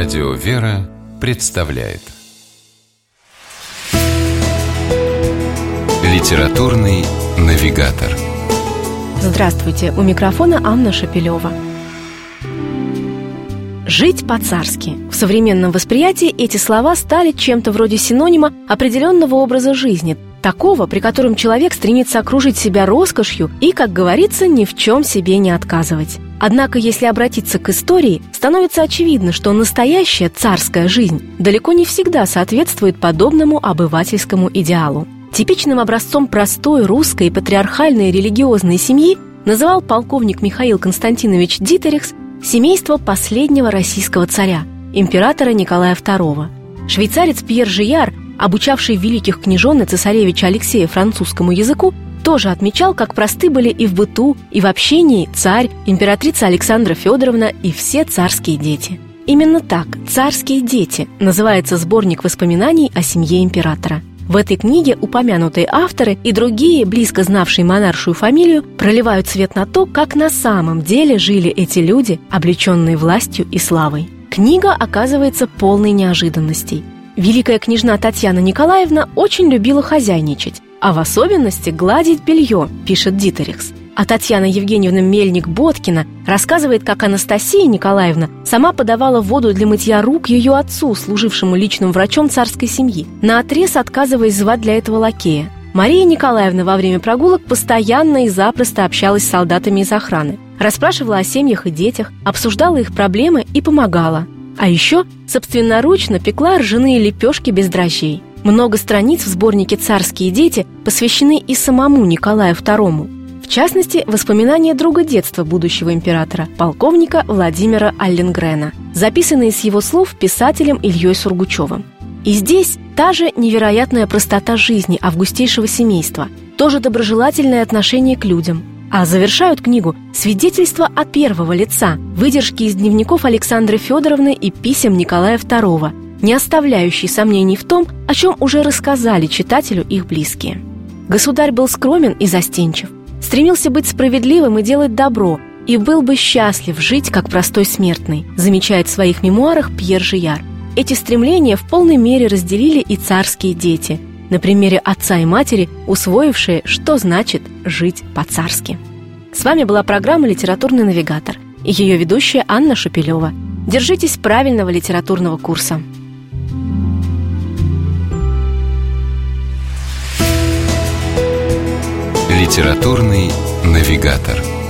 Радио «Вера» представляет Литературный навигатор. Здравствуйте, у микрофона Анна Шапилева. Жить по-царски. В современном восприятии эти слова стали чем-то вроде синонима определенного образа жизни, такого, при котором человек стремится окружить себя роскошью и, как говорится, ни в чем себе не отказывать. Однако, если обратиться к истории, становится очевидно, что настоящая царская жизнь далеко не всегда соответствует подобному обывательскому идеалу. Типичным образцом простой русской патриархальной религиозной семьи называл полковник Михаил Константинович Дитерихс семейство последнего российского царя, императора Николая II. Швейцарец Пьер Жияр, обучавший великих княжон и цесаревича Алексея французскому языку, тоже отмечал, как просты были и в быту, и в общении царь, императрица Александра Федоровна и все царские дети. Именно так «Царские дети» называется сборник воспоминаний о семье императора. В этой книге упомянутые авторы и другие, близко знавшие монаршую фамилию, проливают свет на то, как на самом деле жили эти люди, облеченные властью и славой. Книга оказывается полной неожиданностей. Великая княжна Татьяна Николаевна очень любила хозяйничать, а в особенности гладить белье, пишет Дитерихс. А Татьяна Евгеньевна Мельник-Боткина рассказывает, как Анастасия Николаевна сама подавала воду для мытья рук ее отцу, служившему личным врачом царской семьи, наотрез отказываясь звать для этого лакея. Мария Николаевна во время прогулок постоянно и запросто общалась с солдатами из охраны, расспрашивала о семьях и детях, обсуждала их проблемы и помогала. А еще собственноручно пекла ржаные лепешки без дрожжей. Много страниц в сборнике «Царские дети» посвящены и самому Николаю II. В частности, воспоминания друга детства будущего императора, полковника Владимира Алленгрена, записанные с его слов писателем Ильей Сургучевым. И здесь та же невероятная простота жизни августейшего семейства, тоже доброжелательное отношение к людям. А завершают книгу свидетельства от первого лица, выдержки из дневников Александры Федоровны и писем Николая II, не оставляющие сомнений в том, о чем уже рассказали читателю их близкие. Государь был скромен и застенчив, стремился быть справедливым и делать добро, и был бы счастлив жить как простой смертный, замечает в своих мемуарах Пьер Жияр. Эти стремления в полной мере разделили и царские дети, на примере отца и матери, усвоившие, что значит жить по-царски. С вами была программа «Литературный навигатор» и ее ведущая Анна Шапилева. Держитесь правильного литературного курса. Литературный навигатор.